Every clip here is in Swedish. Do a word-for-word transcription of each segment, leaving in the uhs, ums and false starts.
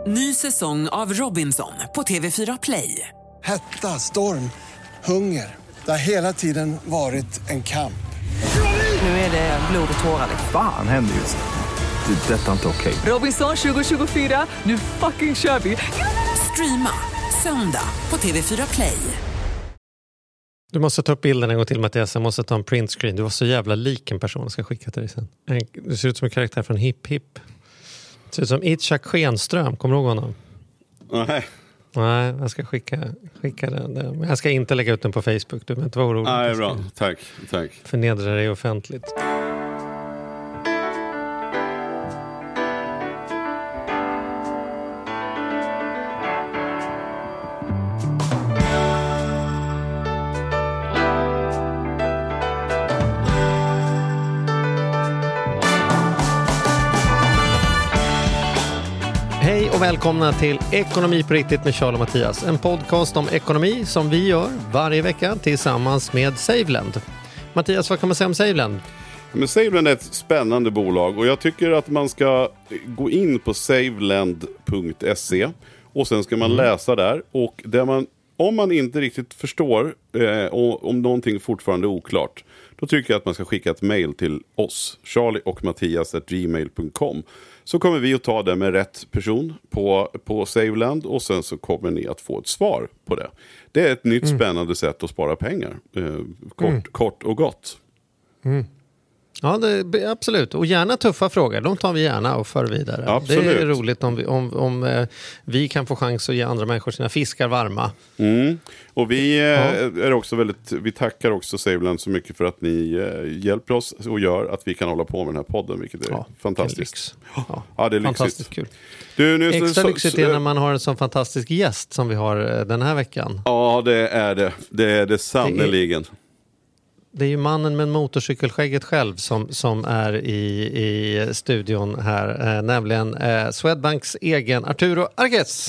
Ny säsong av Robinson på T V fyra Play. Hetta, storm, hunger. Det har hela tiden varit en kamp. Nu är det blod och tårar. Fan händer just det. Det är detta inte okej. Robinson tjugo tjugofyra, nu fucking kör vi. Streama söndag på T V fyra Play. Du måste ta upp bilden en gång till, Mattias. Jag måste ta en printscreen. Du var så jävla lik en person. Jag ska skicka till dig sen. Du ser ut som en karaktär från Hipp Hipp. Du ser ut som Itzhak Skenström. Kommer du ihåg honom? Nej. Nej, jag ska skicka, skicka den. Men jag ska inte lägga ut den på Facebook. Du behöver inte vara orolig. Nej, bra. Tack, tack. Förnedra dig offentligt. Hej och välkomna till Ekonomi på riktigt med Charles och Mattias. En podcast om ekonomi som vi gör varje vecka tillsammans med SaveLend. Mattias, vad kan man säga om SaveLend? Men SaveLend är ett spännande bolag och jag tycker att man ska gå in på savelend punkt se och sen ska man mm. läsa där. Och där man, om man inte riktigt förstår eh, och om någonting fortfarande är oklart, då tycker jag att man ska skicka ett mejl till oss, charlie och mattias at gmail punkt com. Så kommer vi att ta det med rätt person på, på SaveLend och sen så kommer ni att få ett svar på det. Det är ett nytt mm. spännande sätt att spara pengar. Eh, kort, mm. kort och gott. Mm. Ja, det, absolut. Och gärna tuffa frågor. De tar vi gärna och för vidare. Absolut. Det är roligt om, vi, om, om eh, vi kan få chans att ge andra människor sina fiskar varma. Mm. Och vi, eh, ja. är också väldigt, vi tackar också SaveLend så mycket för att ni eh, hjälper oss och gör att vi kan hålla på med den här podden, vilket är ja, fantastiskt. Ja. ja, det är fantastiskt lyxigt. Kul. Du, nu, Extra så, lyxigt är när man har en sån fantastisk gäst som vi har den här veckan. Ja, det är det. Det är det sannoliken. Det är ju mannen med motorcykelskägget själv som, som är i, i studion här, eh, nämligen eh, Swedbanks egen Arturo Arges.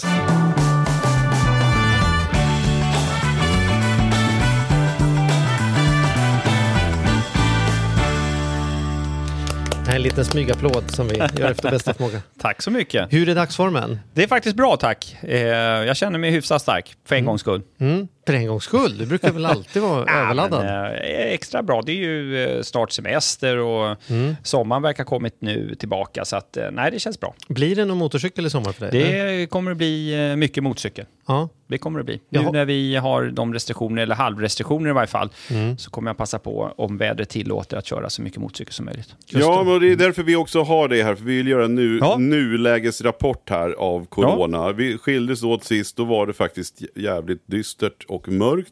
En liten smygapplåd som vi gör efter bästa förmåga. Tack så mycket. Hur är dagsformen? Det är faktiskt bra, tack. Eh, jag känner mig hyfsat stark, för en mm. gångs skull. Mm. För en gångs skull? Du brukar väl alltid vara ja, överladdad? Men, eh, extra bra. Det är ju eh, snart semester och mm. sommaren verkar ha kommit nu tillbaka. Så att, eh, nej, det känns bra. Blir det någon motorcykel i sommar för dig? Det eller? kommer att bli eh, mycket motorcykel. Ja. Det kommer det bli. Jaha. Nu när vi har de restriktioner, eller halvrestriktioner i varje fall, mm. så kommer jag passa på, om vädret tillåter, att köra så mycket motorcykel som möjligt. Just ja, det. Men det är därför vi också har det här. För vi vill göra en nu, ja. nulägesrapport här av corona. Ja. Vi skildes åt sist, då var det faktiskt jävligt dystert och mörkt.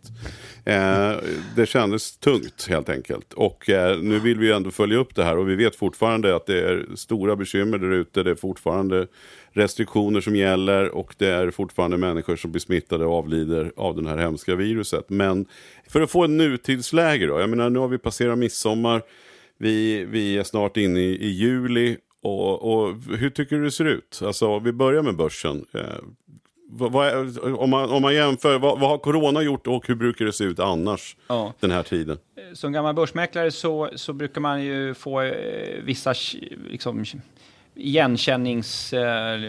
Eh, det kändes tungt helt enkelt. Och eh, nu vill vi ändå följa upp det här. Och vi vet fortfarande att det är stora bekymmer där ute. Det är fortfarande restriktioner som gäller och det är fortfarande människor som blir smittade och avlider av den här hemska viruset. Men för att få en nutidsläge då, jag menar nu har vi passerat midsommar, vi, vi är snart inne i, i juli och, och hur tycker du det ser ut? Alltså vi börjar med börsen. Eh, vad, vad är, om, man, om man jämför, vad, vad har corona gjort och hur brukar det se ut annars ja. den här tiden? Som gammal börsmäklare så, så brukar man ju få eh, vissa liksom igenkännings... Eh,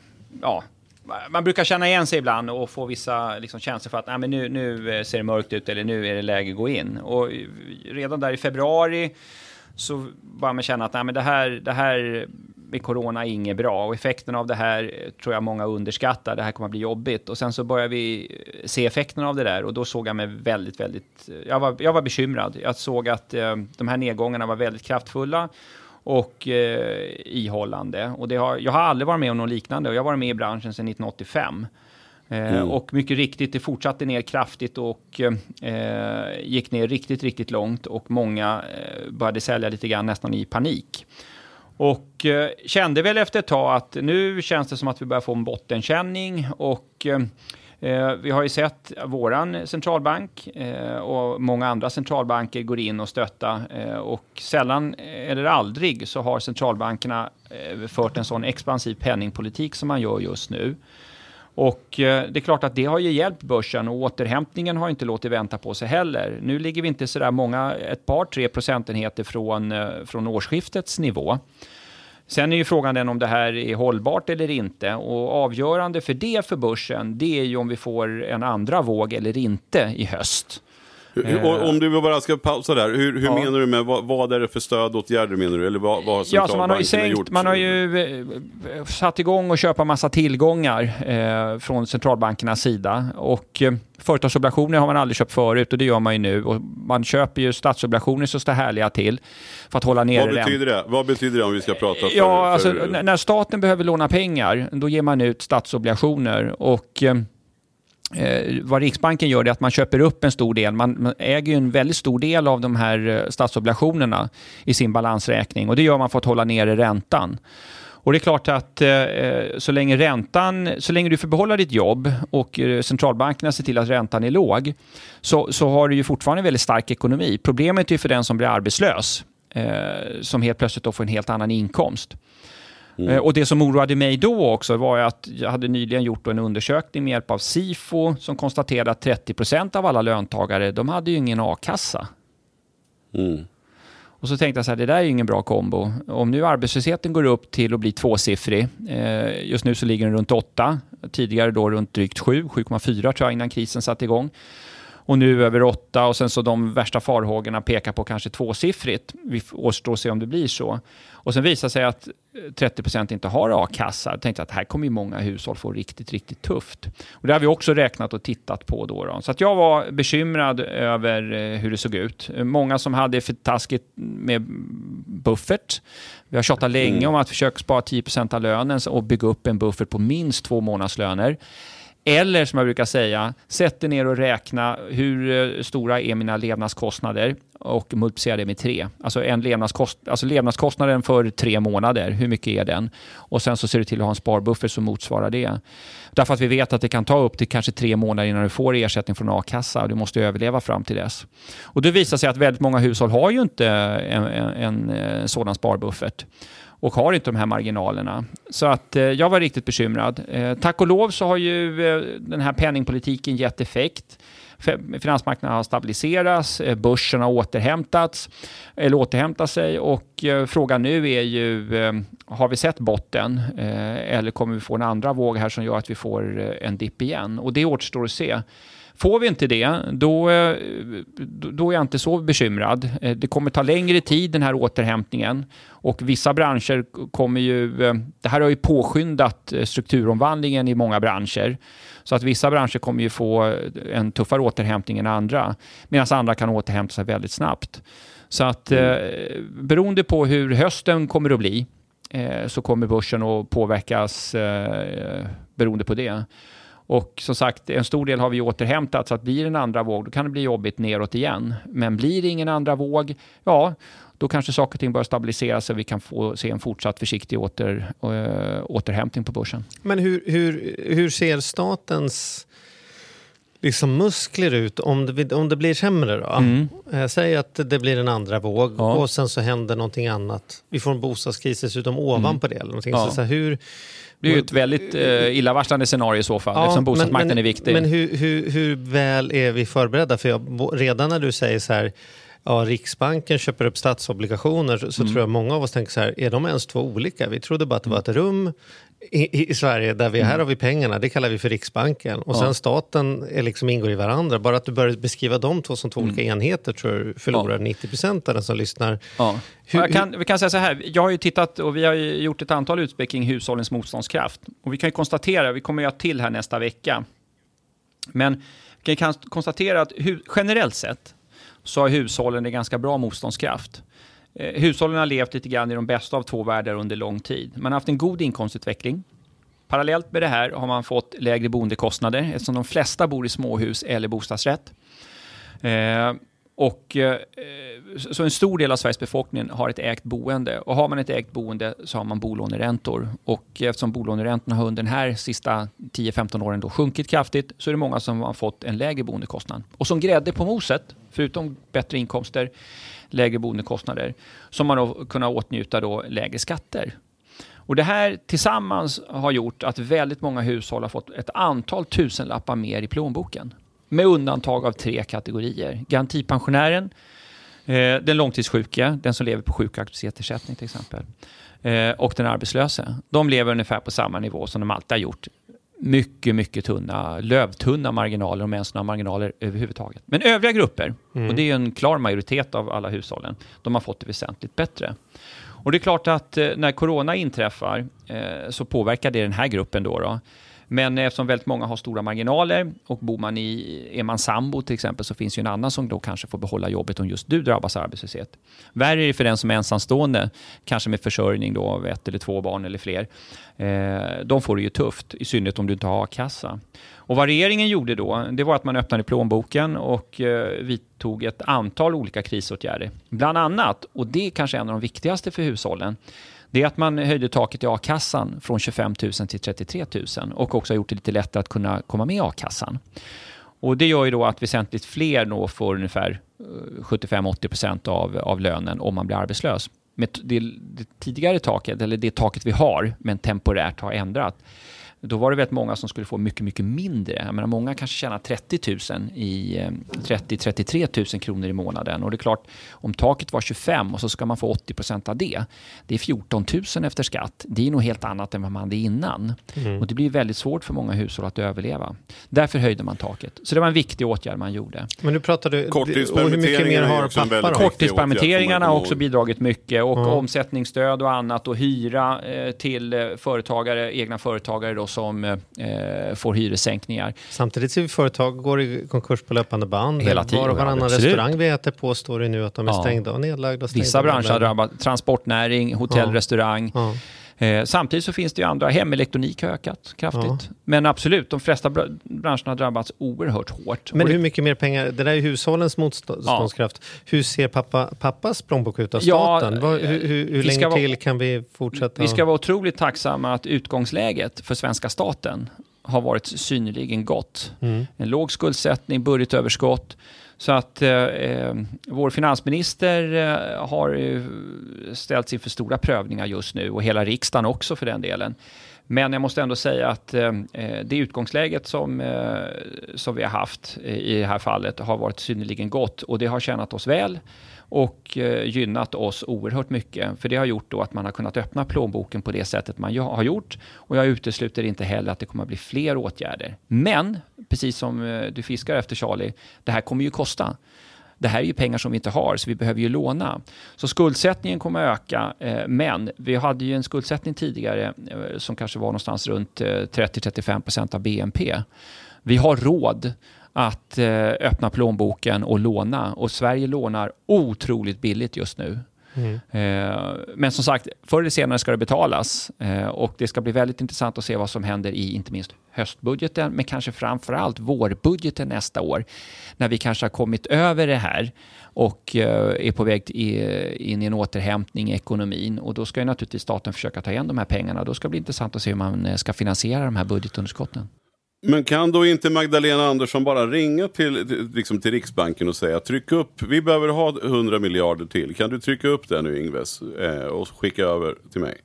ja, man brukar känna igen sig ibland och få vissa liksom, känslor för att nej, men nu, nu ser det mörkt ut eller nu är det läge att gå in. Och redan där i februari så börjar man känna att nej, men det, här, det här med corona är inget bra. Och effekten av det här tror jag många underskattar. Det här kommer att bli jobbigt. Och sen så börjar vi se effekterna av det där. Och då såg jag mig väldigt, väldigt... Jag var, jag var bekymrad. Jag såg att eh, de här nedgångarna var väldigt kraftfulla och eh, ihållande. Och det har, jag har aldrig varit med om något liknande. Och jag har varit med i branschen sedan nittonhundraåttiofem. Eh, mm. Och mycket riktigt, det fortsatte ner kraftigt och eh, gick ner riktigt, riktigt långt. Och många eh, började sälja lite grann nästan i panik. Och eh, kände väl efter ett tag att nu känns det som att vi börjar få en bottenkänning. Och eh, vi har ju sett våran centralbank eh, och många andra centralbanker går in och stötta. Eh, och sällan eller aldrig så har centralbankerna eh, fört en sån expansiv penningpolitik som man gör just nu. Och eh, det är klart att det har ju hjälpt börsen och återhämtningen har inte låtit vänta på sig heller. Nu ligger vi inte så där många, ett par tre procentenheter från, eh, från årsskiftets nivå. Sen är ju frågan den om det här är hållbart eller inte. Och avgörande för det för börsen, det är ju om vi får en andra våg eller inte i höst. Och om du bara ska pausa där, hur, hur ja. menar du med, vad, vad är det för stödåtgärder menar du? Eller vad, vad har ja, så man har ju sänkt, gjort? Man har ju eh, satt igång och köpa massa tillgångar eh, från centralbankernas sida. Och eh, företagsobligationer har man aldrig köpt förut och det gör man ju nu. Och man köper ju statsobligationer så står härliga till för att hålla nere vad betyder det? Vad betyder det om vi ska prata för... Ja, för... Alltså, när staten behöver låna pengar, då ger man ut statsobligationer och... Eh, Eh, vad Riksbanken gör är att man köper upp en stor del. Man, man äger ju en väldigt stor del av de här eh, statsobligationerna i sin balansräkning. Och det gör man för att hålla nere räntan. Och det är klart att eh, så länge räntan, så länge du får behålla ditt jobb och eh, centralbankerna ser till att räntan är låg så, så har du ju fortfarande en väldigt stark ekonomi. Problemet är ju för den som blir arbetslös eh, som helt plötsligt då får en helt annan inkomst. Mm. Och det som oroade mig då också var att jag hade nyligen gjort en undersökning med hjälp av Sifo som konstaterade att trettio procent av alla löntagare, de hade ju ingen a-kassa. Mm. Och så tänkte jag så här, det där är ju ingen bra kombo. Om nu arbetslösheten går upp till att bli tvåsiffrig, eh, just nu så ligger den runt åtta, tidigare då runt drygt sju, sju komma fyra tror jag innan krisen satte igång. Och nu över åtta och sen så de värsta farhågorna pekar på kanske tvåsiffrigt. Vi återstår se om det blir så. Och sen visar sig att trettio procent inte har a-kassa. Jag tänkte att här kommer ju många hushåll få riktigt, riktigt tufft. Och det har vi också räknat och tittat på då. då. Så att jag var bekymrad över hur det såg ut. Många som hade för taskigt med buffert. Vi har tjatat länge mm. om att försöka spara tio procent av lönen och bygga upp en buffert på minst två månadslöner. Eller som jag brukar säga, sätt ner och räkna hur stora är mina levnadskostnader och multiplicera det med tre. Alltså, en levnadskost, alltså levnadskostnaden för tre månader, hur mycket är den? Och sen så ser du till att ha en sparbuffert som motsvarar det. Därför att vi vet att det kan ta upp till kanske tre månader innan du får ersättning från a-kassa och du måste överleva fram till dess. Och det visar sig att väldigt många hushåll har ju inte en, en, en sådan sparbuffert. Och har inte de här marginalerna. Så att eh, jag var riktigt bekymrad. Eh, tack och lov så har ju eh, den här penningpolitiken gett effekt. Finansmarknaden har stabiliserats, eh, börsen har återhämtats, eller återhämtat sig. Och eh, frågan nu är ju, eh, har vi sett botten? Eh, eller kommer vi få en andra våg här som gör att vi får eh, en dipp igen? Och det återstår att se. Får vi inte det, då, då är jag inte så bekymrad. Det kommer ta längre tid den här återhämtningen. Och vissa branscher kommer ju... Det här har ju påskyndat strukturomvandlingen i många branscher. Så att vissa branscher kommer ju få en tuffare återhämtning än andra. Medan andra kan återhämta sig väldigt snabbt. Så att mm. beroende på hur hösten kommer att bli så kommer börsen att påverkas beroende på det. Och som sagt, en stor del har vi återhämtat, så att blir det en andra våg, då kan det bli jobbigt neråt igen. Men blir det ingen andra våg, ja, då kanske saker och ting börjar stabilisera så vi kan få se en fortsatt försiktig åter, äh, återhämtning på börsen. Men hur, hur, hur ser statens liksom muskler ut om det, om det blir sämre då? Mm. Säg att det blir en andra våg ja. och sen så händer någonting annat. Vi får en bostadskris dessutom ovanpå mm. det. Eller någonting. Ja. Så, så här, hur... Det är ju ett väldigt eh, illavarslande scenario i så fall, ja, eftersom bostadsmarknaden men, men, är viktig. Men hur, hur, hur väl är vi förberedda? För jag, redan när du säger så här, ja, Riksbanken köper upp statsobligationer, så, så mm. tror jag många av oss tänker så här, är de ens två olika? Vi trodde bara att det var ett rum i, i Sverige där vi, mm. här har vi pengarna, det kallar vi för Riksbanken. Och ja. sen staten är liksom ingår i varandra. Bara att du börjar beskriva de två som två mm. olika enheter tror jag förlorar ja. nittio procent av den som lyssnar. Ja. Hur, jag kan, vi kan säga så här, jag har ju tittat och vi har gjort ett antal utspel kring hushållens motståndskraft. Och vi kan ju konstatera, vi kommer ju att till här nästa vecka. Men vi kan konstatera att hu, generellt sett så har hushållen en ganska bra motståndskraft. Eh, hushållen har levt lite grann i de bästa av två världar under lång tid. Man har haft en god inkomstutveckling. Parallellt med det här har man fått lägre boendekostnader eftersom de flesta bor i småhus eller bostadsrätt. Eh, och eh, så en stor del av Sveriges befolkning har ett ägt boende. Och har man ett ägt boende så har man bolåneräntor. Och eftersom bolåneräntorna har under den här sista tio till femton åren då sjunkit kraftigt, så är det många som har fått en lägre boendekostnad. Och som grädde på moset, förutom bättre inkomster, lägre boendekostnader, som man då kunnat åtnjuta då lägre skatter. Och det här tillsammans har gjort att väldigt många hushåll har fått ett antal tusenlappar mer i plånboken. Med undantag av tre kategorier. Garantipensionären, Eh, den långtidssjuka, den som lever på sjuk- och aktivitetsersättning till exempel. Eh, och den arbetslösa. De lever ungefär på samma nivå som de alltid har gjort. Mycket, mycket tunna, lövtunna marginaler, om ens några marginaler överhuvudtaget. Men övriga grupper, mm. och det är en klar majoritet av alla hushållen, de har fått det väsentligt bättre. Och det är klart att eh, när corona inträffar eh, så påverkar det den här gruppen då då. Men eftersom väldigt många har stora marginaler och bor man i, är man sambo till exempel, så finns ju en annan som då kanske får behålla jobbet om just du drabbas av arbetslöshet. Värre är det för den som är ensamstående, kanske med försörjning då av ett eller två barn eller fler. Eh, de får det ju tufft, i synnerhet om du inte har a-kassa. Och vad regeringen gjorde då, det var att man öppnade plånboken och eh, vi tog ett antal olika krisåtgärder. Bland annat, och det är kanske en av de viktigaste för hushållen, det är att man höjde taket i a-kassan från tjugofem tusen till trettiotre tusen och också har gjort det lite lättare att kunna komma med i a-kassan. Och det gör ju då att väsentligt fler då får ungefär sjuttiofem till åttio procent av, av lönen om man blir arbetslös. Med det, det tidigare taket, eller det taket vi har, men temporärt har ändrat. Då var det väldigt många som skulle få mycket, mycket mindre. Jag menar, många kanske tjänar trettio tusen i trettio till trettiotre tusen kronor i månaden. Och det är klart, om taket var tjugofem och så ska man få åttio procent av det. Det är fjorton tusen efter skatt. Det är nog helt annat än vad man hade innan. Mm. Och det blir väldigt svårt för många hushåll att överleva. Därför höjde man taket. Så det var en viktig åtgärd man gjorde. Men nu pratar du... Och hur mycket mer har pappa då? Korttidspermitteringarna har också bidragit mycket. Och mm. omsättningsstöd och annat. Och hyra eh, till företagare, egna företagare då, som eh, får hyressänkningar. Samtidigt ser vi företag går i konkurs på löpande band. Hela tiden. Var och varannan absolut. Restaurang vi äter på står det nu att de är ja. stängda och nedlagda. Och stängda. Vissa branscher har drabbat transportnäring, hotell, ja. restaurang. Ja. Eh, samtidigt så finns det ju andra. Hemelektronik har ökat kraftigt. Ja. Men absolut, de flesta br- branscherna har drabbats oerhört hårt. Men och hur mycket mer pengar? Det där är hushållens motståndskraft. Ja. Hur ser pappa, pappas plånbok ut av staten? Ja, Var, hur hur, hur länge vara, till kan vi fortsätta? Vi ska vara otroligt tacksamma att utgångsläget för svenska staten har varit synnerligen gott. Mm. En låg skuldsättning, budgetöverskott. Så att eh, vår finansminister eh, har eh, ställts inför stora prövningar just nu, och hela riksdagen också för den delen. Men jag måste ändå säga att eh, det utgångsläget som, eh, som vi har haft i det här fallet har varit synnerligen gott, och det har tjänat oss väl och eh, gynnat oss oerhört mycket. För det har gjort då att man har kunnat öppna plånboken på det sättet man har gjort, och jag utesluter inte heller att det kommer att bli fler åtgärder. Men, precis som eh, du fiskar efter Charlie, det här kommer ju kosta. Det här är ju pengar som vi inte har, så vi behöver ju låna. Så skuldsättningen kommer att öka, eh, men vi hade ju en skuldsättning tidigare eh, som kanske var någonstans runt eh, trettio till trettiofem procent av B N P. Vi har råd att eh, öppna plånboken och låna, och Sverige lånar otroligt billigt just nu. Mm. Eh, men som sagt, förr eller senare ska det betalas, eh, och det ska bli väldigt intressant att se vad som händer i inte minst höstbudgeten, men kanske framförallt vårbudgeten nästa år, när vi kanske har kommit över det här och eh, är på väg till, in i en återhämtning i ekonomin, och då ska ju naturligtvis staten försöka ta igen de här pengarna. Då ska det bli intressant att se hur man ska finansiera de här budgetunderskotten. Men kan då inte Magdalena Andersson bara ringa till, liksom till Riksbanken och säga, tryck upp, vi behöver ha hundra miljarder till. Kan du trycka upp det nu, Ingves, eh, och skicka över till mig?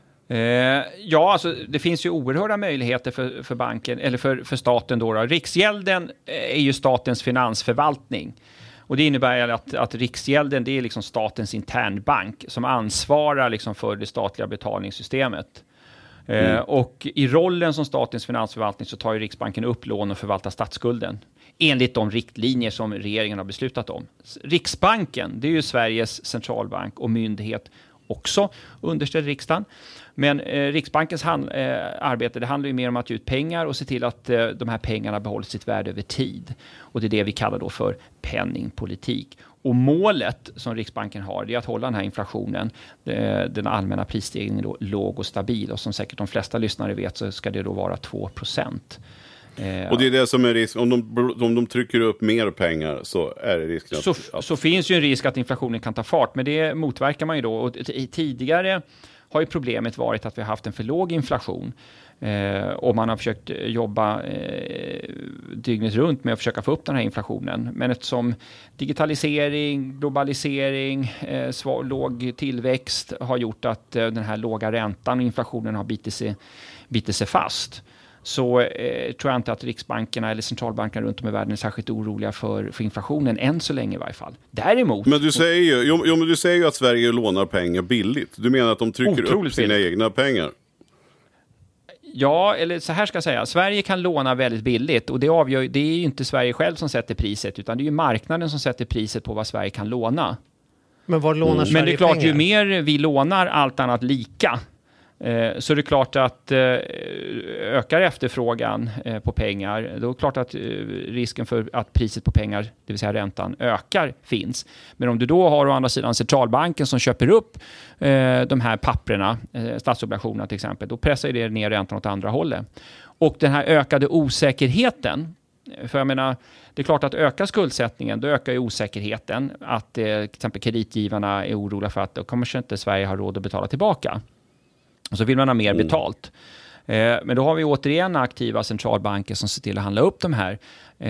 Eh, ja, alltså det finns ju oerhörda möjligheter för, för banken, eller för, för staten då, då. Riksgälden är ju statens finansförvaltning. Och det innebär att, att Riksgälden, det är liksom statens internbank som ansvarar liksom för det statliga betalningssystemet. Mm. Eh, och i rollen som statens finansförvaltning så tar ju Riksbanken upp lån och förvaltar statsskulden enligt de riktlinjer som regeringen har beslutat om. Riksbanken, det är ju Sveriges centralbank och myndighet, också underställd riksdagen. Men eh, Riksbankens hand, eh, arbete, det handlar ju mer om att ge ut pengar och se till att eh, de här pengarna behåller sitt värde över tid. Och det är det vi kallar då för penningpolitik. Och målet som Riksbanken har, det är att hålla den här inflationen, eh, den allmänna prisstegringen då, låg och stabil. Och som säkert de flesta lyssnare vet så ska det då vara två procent. Eh, och det är det som är risk. Om de, om de trycker upp mer pengar så är det risk att, så, att... så finns ju en risk att inflationen kan ta fart. Men det motverkar man ju då. Och t- tidigare har ju problemet varit att vi har haft en för låg inflation. Eh, och man har försökt jobba eh, dygnet runt med att försöka få upp den här inflationen. Men eftersom digitalisering, globalisering, eh, svår, låg tillväxt har gjort att eh, den här låga räntan och inflationen har bitit sig, bitit sig fast, så eh, tror jag inte att riksbankerna eller centralbankerna runt om i världen är särskilt oroliga för, för inflationen, än så länge i varje fall. Däremot... Men du säger ju, jo, jo, men du säger ju att Sverige lånar pengar billigt. Du menar att de trycker upp sina billigt. egna pengar? Ja, eller så här ska jag säga. Sverige kan låna väldigt billigt och det, avgör, det är ju inte Sverige själv som sätter priset, utan det är ju marknaden som sätter priset på vad Sverige kan låna. Men var lånar mm. Sverige Men det är klart, pengar? Ju mer vi lånar allt annat lika, eh, så är det klart att eh, ökar efterfrågan eh, på pengar, då är det klart att eh, risken för att priset på pengar, det vill säga räntan, ökar finns. Men om du då har å andra sidan centralbanken som köper upp eh, de här papperna, eh, statsobligationerna till exempel, då pressar det ner räntan åt andra hållet. Och den här ökade osäkerheten, för jag menar, det är klart att öka skuldsättningen, då ökar ju osäkerheten. Att eh, till exempel kreditgivarna är oroliga för att då kommer inte Sverige ha råd att betala tillbaka. Och så vill man ha mer mm. betalt. Eh, men då har vi återigen aktiva centralbanker som ser till att handla upp de här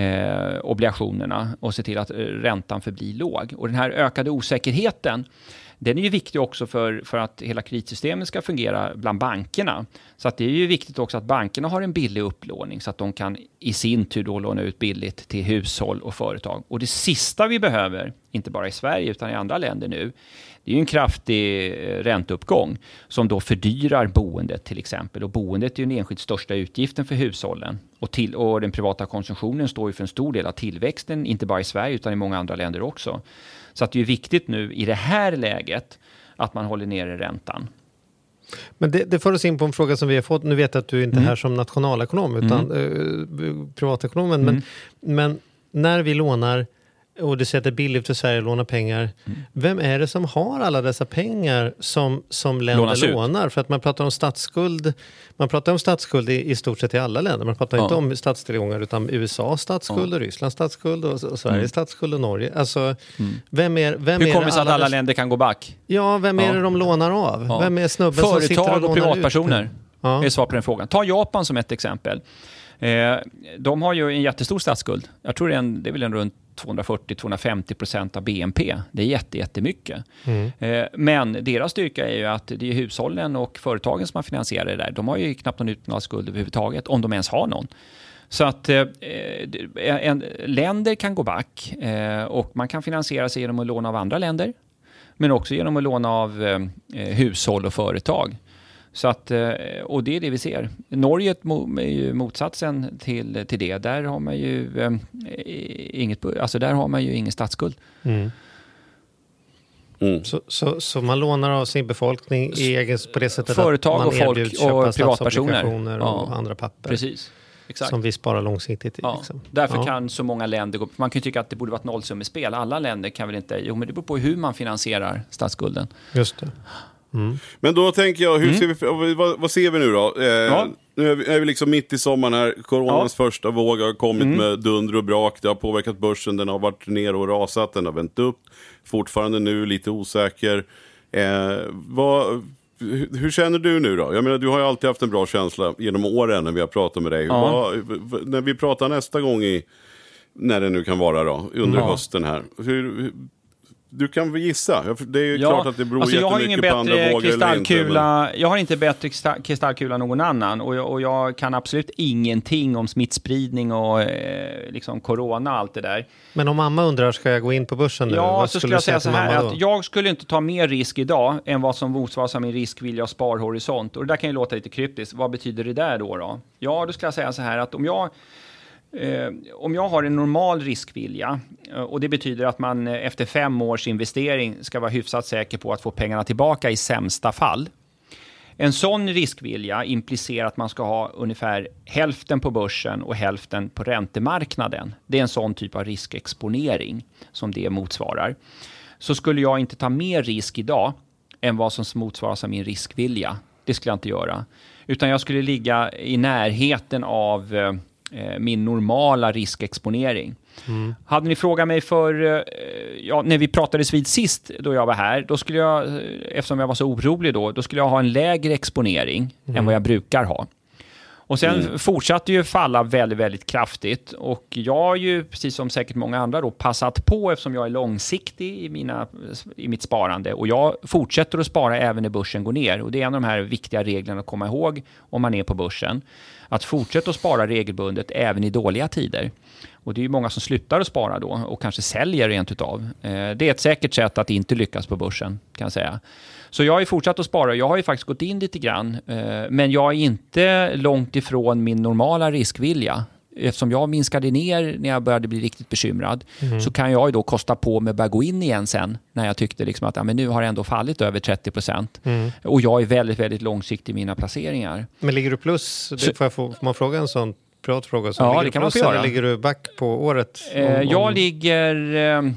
eh, obligationerna och se till att räntan förblir låg. Och den här ökade osäkerheten, den är ju viktig också för, för att hela kreditsystemet ska fungera bland bankerna. Så att det är ju viktigt också att bankerna har en billig upplåning så att de kan i sin tur då låna ut billigt till hushåll och företag. Och det sista vi behöver, inte bara i Sverige utan i andra länder nu, det är ju en kraftig ränteuppgång som då fördyrar boendet till exempel. Och boendet är ju den enskilt största utgiften för hushållen. Och, till, och den privata konsumtionen står ju för en stor del av tillväxten, inte bara i Sverige utan i många andra länder också. Så att det är viktigt nu i det här läget att man håller nere räntan. Men det, det får oss in på en fråga som vi har fått. Nu vet jag att du inte är mm. här som nationalekonom utan mm. eh, privatekonomen. Mm. Men, men när vi lånar och det sätter billigt för Sverige att låna pengar. Mm. Vem är det som har alla dessa pengar som, som länder lånar? För att man pratar om statsskuld. Man pratar om statsskuld i, i stort sett i alla länder. Man pratar ja. inte om statstillgångar utan U S A:s statsskuld och ja. Rysslands statsskuld och, och Sveriges mm. statsskuld och Norge. Alltså, mm. vem är, vem Hur är kommer det sig alla att alla dess... länder kan gå back? Ja, vem är ja. det de lånar av? Ja. Vem är snubben Företag som sitter och lånar och privatpersoner ut? Ja. är svar på den frågan. Ta Japan som ett exempel. Eh, de har ju en jättestor statsskuld. Jag tror det är, en, det är väl en runt tvåhundrafyrtio till tvåhundrafemtio procent av B N P. Det är jätte, jättemycket. Mm. Eh, men deras styrka är ju att det är hushållen och företagen som har finansierat det där. De har ju knappt någon utlandsskuld överhuvudtaget, om de ens har någon. Så att eh, en, länder kan gå back eh, och man kan finansiera sig genom att låna av andra länder. Men också genom att låna av eh, hushåll och företag. Så att, och det är det vi ser. Norge är ju motsatsen till, till det. Där har man ju eh, inget, alltså där har man ju ingen statsskuld. Mm. Mm. Så, så, så man lånar av sin befolkning i egen, på det sättet företag att man och folk och privatpersoner och ja. andra papper. Precis. Exakt. Som vi sparar långsiktigt i. Ja. Liksom. Därför ja. kan så många länder gå. Man kan ju tycka att det borde vara ett nollsummespel. Alla länder kan väl inte. Jo, men det beror på hur man finansierar statsskulden. Just det. Mm. Men då tänker jag, hur mm. ser vi, vad, vad ser vi nu då? Eh, ja. Nu är vi, är vi liksom mitt i sommaren här. Coronans ja. första våg har kommit mm. med dunder och brak. Det har påverkat börsen, den har varit ner och rasat, den har vänt upp. Fortfarande nu lite osäker. Eh, vad, hur, hur känner du nu då? Jag menar, du har ju alltid haft en bra känsla genom åren när vi har pratat med dig. Ja. Vad, när vi pratar nästa gång i, när det nu kan vara då, under ja. hösten här. Hur... Du kan väl gissa. Det är ju ja, klart att det beror alltså jättemycket på andra vågor eller inte. Men... Jag har inte bättre kristallkula än någon annan. Och jag, och jag kan absolut ingenting om smittspridning och eh, liksom corona och allt det där. Men om mamma undrar, ska jag gå in på börsen nu? Ja, vad så skulle jag säga så här. Att jag skulle inte ta mer risk idag än vad som motsvaras av min riskvilja och sparhorisont. Och det där kan ju låta lite kryptiskt. Vad betyder det där då? då? Ja, då skulle jag säga så här att om jag... Eh, om jag har en normal riskvilja eh, och det betyder att man eh, efter fem års investering ska vara hyfsat säker på att få pengarna tillbaka i sämsta fall. En sån riskvilja implicerar att man ska ha ungefär hälften på börsen och hälften på räntemarknaden. Det är en sån typ av riskexponering som det motsvarar. Så skulle jag inte ta mer risk idag än vad som motsvaras av min riskvilja. Det skulle jag inte göra. Utan jag skulle ligga i närheten av... Eh, min normala riskexponering. Mm. Hade ni frågat mig för ja, när vi pratades vid sist då jag var här, då skulle jag, eftersom jag var så orolig då, då skulle jag ha en lägre exponering mm. än vad jag brukar ha. Och sen Mm. fortsatte ju falla väldigt, väldigt kraftigt. Och jag har ju, precis som säkert många andra då, passat på eftersom jag är långsiktig i, mina, i mitt sparande. Och jag fortsätter att spara även när börsen går ner. Och det är en av de här viktiga reglerna att komma ihåg om man är på börsen. Att fortsätta att spara regelbundet även i dåliga tider. Och det är ju många som slutar att spara då och kanske säljer rent utav. Det är ett säkert sätt att inte lyckas på börsen, kan jag säga. Så jag har ju fortsatt att spara. Jag har ju faktiskt gått in lite grann. Men jag är inte långt ifrån min normala riskvilja. Eftersom jag minskade ner när jag började bli riktigt bekymrad mm. så kan jag ju då kosta på mig att börja gå in igen sen när jag tyckte liksom att ja, men nu har det ändå fallit över trettio procent. Mm. Och jag är väldigt, väldigt långsiktig i mina placeringar. Men ligger du plus? Det får, jag få, får man fråga en sån privat fråga? Så ja, ligger det kan plus, man få göra. Eller ligger du back på året? Om, om... Jag ligger... Eh,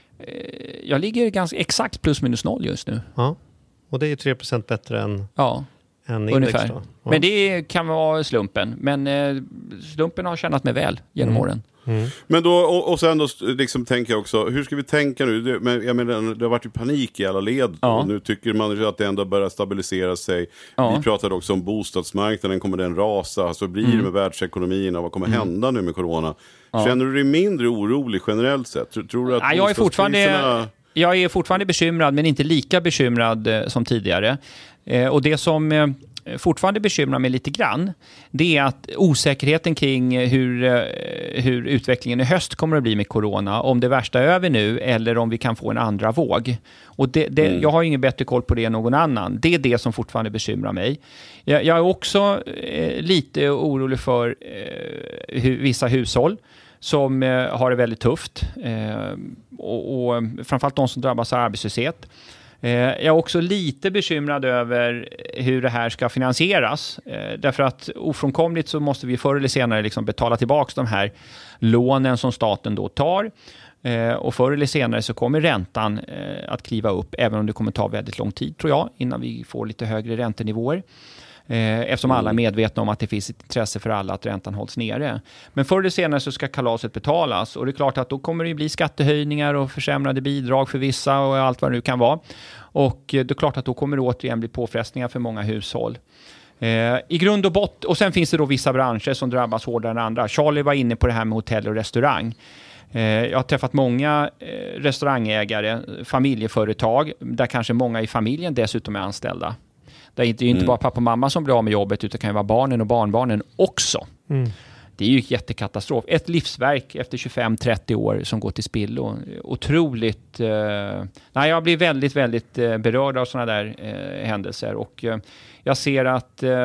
jag ligger ganska exakt plus minus noll just nu. Ja, och det är ju tre procent bättre än... Ja. En ungefär. Då. Ja. Men det kan vara slumpen. Men eh, slumpen har tjänat mig väl genom mm. åren. Mm. Men då, och, och sen då liksom tänker jag också, hur ska vi tänka nu? Det, men, jag menar, det har varit ju panik i alla led. Ja. Och nu tycker man att det ändå börjar stabilisera sig. Ja. Vi pratade också om bostadsmarknaden, kommer den rasa? Alltså blir mm. det med världsekonomin och vad kommer mm. hända nu med corona? Ja. Känner du dig mindre orolig generellt sett? Tror du att ja, jag är fortfarande... Jag är fortfarande bekymrad, men inte lika bekymrad eh, som tidigare. Eh, och det som eh, fortfarande bekymrar mig lite grann, det är att osäkerheten kring hur, eh, hur utvecklingen i höst kommer att bli med corona, om det värsta är över nu eller om vi kan få en andra våg. Och det, det, mm. jag har ingen bättre koll på det än någon annan. Det är det som fortfarande bekymrar mig. Jag, jag är också eh, lite orolig för eh, hu- vissa hushåll som eh, har det väldigt tufft. Eh, och, och framförallt de som drabbas av arbetslöshet. Eh, jag är också lite bekymrad över hur det här ska finansieras. Eh, därför att ofrånkomligt så måste vi förr eller senare liksom betala tillbaka de här lånen som staten då tar. Eh, och förr eller senare så kommer räntan eh, att kliva upp, även om det kommer ta väldigt lång tid tror jag, innan vi får lite högre räntenivåer. Eftersom alla är medvetna om att det finns ett intresse för alla att räntan hålls nere. Men förr eller senare så ska kalaset betalas. Och det är klart att då kommer det bli skattehöjningar och försämrade bidrag för vissa och allt vad det nu kan vara. Och det är klart att då kommer det återigen bli påfrestningar för många hushåll. Eh, I grund och botten, och sen finns det då vissa branscher som drabbas hårdare än andra. Charlie var inne på det här med hotell och restaurang. Eh, jag har träffat många eh, restaurangägare, familjeföretag, där kanske många i familjen dessutom är anställda. Det är inte, inte mm. bara pappa och mamma som blir av med jobbet, utan det kan ju vara barnen och barnbarnen också. Mm. Det är ju jättekatastrof. Ett livsverk efter tjugofem till trettio år som går till spillo. Otroligt... Eh, nej, jag blir väldigt, väldigt eh, berörd av sådana där eh, händelser. Och eh, jag ser att eh,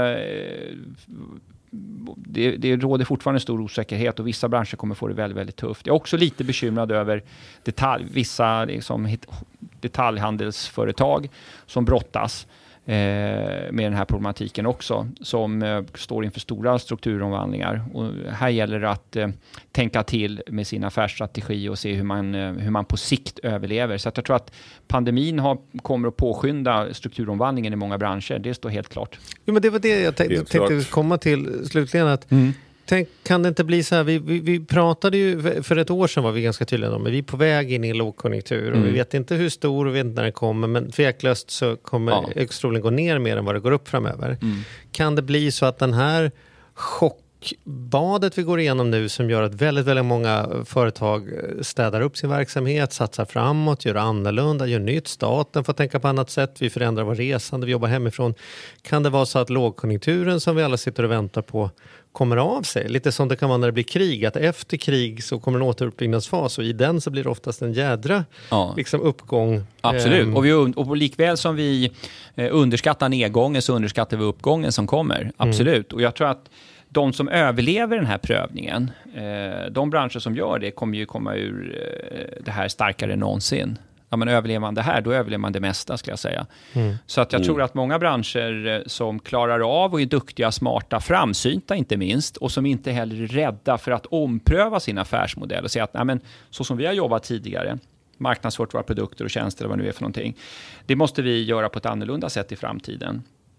det, det råder fortfarande stor osäkerhet och vissa branscher kommer få det väldigt, väldigt tufft. Jag är också lite bekymrad över detalj, vissa liksom, detaljhandelsföretag som brottas med den här problematiken också, som eh, står inför stora strukturomvandlingar. Och här gäller det att eh, tänka till med sin affärsstrategi och se hur man, eh, hur man på sikt överlever. Så att jag tror att pandemin har, kommer att påskynda strukturomvandlingen i många branscher. Det står helt klart. Jo, men det var det jag tänkte, tänkte komma till slutligen. Att mm. Tänk, kan det inte bli så här, vi, vi, vi pratade ju, för ett år sedan var vi ganska tydliga om, men vi är på väg in i en lågkonjunktur och mm. vi vet inte hur stor och vi vet inte när den kommer, men tveklöst så kommer ja. extrolen gå ner mer än vad det går upp framöver. Mm. Kan det bli så att den här chockbadet vi går igenom nu, som gör att väldigt, väldigt många företag städar upp sin verksamhet, satsar framåt, gör annorlunda, gör nytt, staten får tänka på annat sätt, vi förändrar vår resande, vi jobbar hemifrån. Kan det vara så att lågkonjunkturen som vi alla sitter och väntar på kommer av sig? Lite som det kan vara när det blir krig, att efter krig så kommer en återuppbyggnadsfas och i den så blir det oftast en jädra ja. liksom uppgång. Absolut, um, och, vi, och likväl som vi underskattar nedgången så underskattar vi uppgången som kommer. Absolut, mm. och jag tror att de som överlever den här prövningen, eh, de branscher som gör det kommer ju komma ur eh, det här starkare än någonsin. Ja, men överlever man det här, då överlever man det mesta, ska jag säga. Mm. Så att jag mm. tror att många branscher som klarar av och är duktiga, smarta, framsynta inte minst, och som inte heller är rädda för att ompröva sin affärsmodell och säga att nej, men, så som vi har jobbat tidigare, marknadsfört våra produkter och tjänster eller vad det nu är för någonting, det måste vi göra på ett annorlunda sätt i framtiden.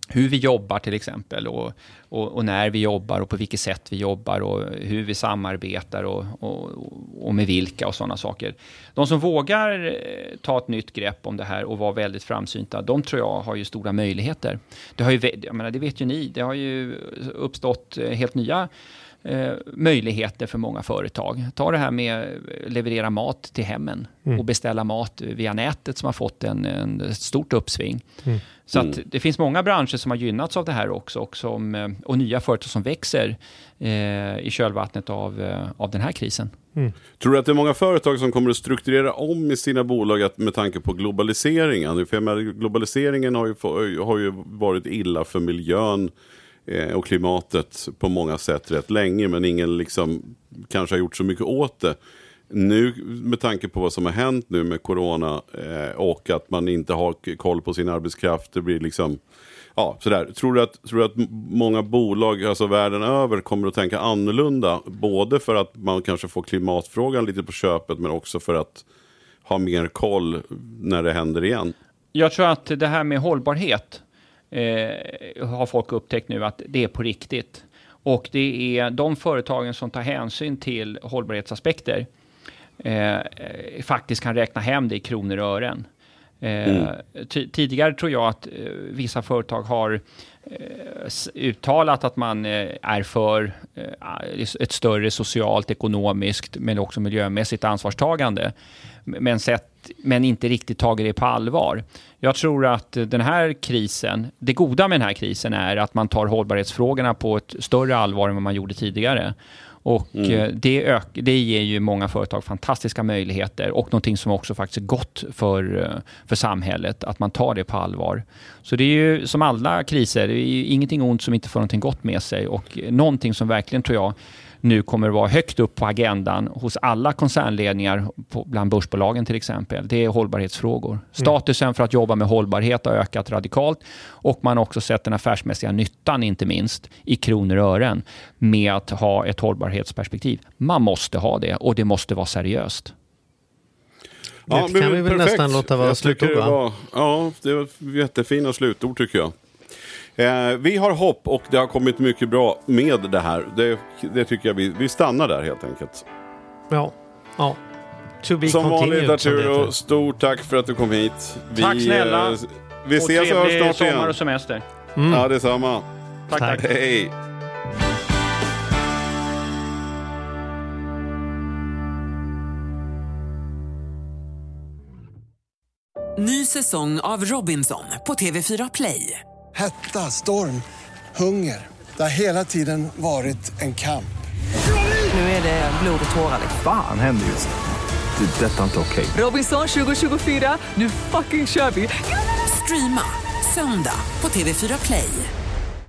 hur vi jobbar till exempel och, och, och när vi jobbar och på vilket sätt vi jobbar och hur vi samarbetar och, och, och med vilka och sådana saker. De som vågar ta ett nytt grepp om det här och vara väldigt framsynta, de tror jag har ju stora möjligheter. Det har ju, jag menar, det vet ju ni, det har ju uppstått helt nya eh, möjligheter för många företag. Ta det här med att leverera mat till hemmen mm. och beställa mat via nätet som har fått en, en ett stort uppsving. Mm. Så att det finns många branscher som har gynnats av det här också och, som, och nya företag som växer eh, i kölvattnet av, eh, av den här krisen. Mm. Tror du att det är många företag som kommer att strukturera om i sina bolag att, med tanke på globaliseringen? För jag menar, globaliseringen har ju, har ju varit illa för miljön eh, och klimatet på många sätt rätt länge, men ingen liksom kanske har gjort så mycket åt det. Nu med tanke på vad som har hänt nu med corona eh, och att man inte har koll på sin arbetskraft, det blir liksom ja, sådär. Tror du att, tror du att många bolag alltså världen över kommer att tänka annorlunda, både för att man kanske får klimatfrågan lite på köpet men också för att ha mer koll när det händer igen? Jag tror att det här med hållbarhet eh, har folk upptäckt nu att det är på riktigt. Och det är de företagen som tar hänsyn till hållbarhetsaspekter Eh, faktiskt kan räkna hem det i kronor och ören. Eh, mm. t- tidigare tror jag att eh, vissa företag har eh, uttalat att man eh, är för eh, ett större socialt, ekonomiskt men också miljömässigt ansvarstagande. Men, sett, men inte riktigt tagit det på allvar. Jag tror att den här krisen, det goda med den här krisen är att man tar hållbarhetsfrågorna på ett större allvar än vad man gjorde tidigare. Och mm. det, ök- det ger ju många företag fantastiska möjligheter och någonting som också faktiskt är gott för, för samhället, att man tar det på allvar. Så det är ju som alla kriser, det är ju ingenting ont som inte får någonting gott med sig, och någonting som verkligen tror jag nu kommer att vara högt upp på agendan hos alla koncernledningar på, bland börsbolagen till exempel. Det är hållbarhetsfrågor. Statusen för att jobba med hållbarhet har ökat radikalt, och man har också sett den affärsmässiga nyttan inte minst i kronor och ören med att ha ett hållbarhetsperspektiv. Man måste ha det, och det måste vara seriöst. Ja, det kan vi väl perfekt. nästan låta vara slutord, va? Var, ja, det var jättefina slutord tycker jag. Eh, vi har hopp och det har kommit mycket bra med det här. Det, det tycker jag vi, vi stannar där helt enkelt. Ja, ja. To be som vanligt Arturo, stort tack för att du kom hit. Vi, tack snälla. Eh, vi ses och hörs snart igen. Sommar och semester. Mm. Ja, det är samma. Tack, tack. tack. Hej. Ny säsong av Robinson på T V fyra Play. Hetta, storm, hunger. Det har hela tiden varit en kamp. Nu är det blod och tårar. Fan händer just det. Det är detta inte okej. Robinson tjugo tjugofyra, nu fucking kör vi. Streama söndag på T V fyra Play.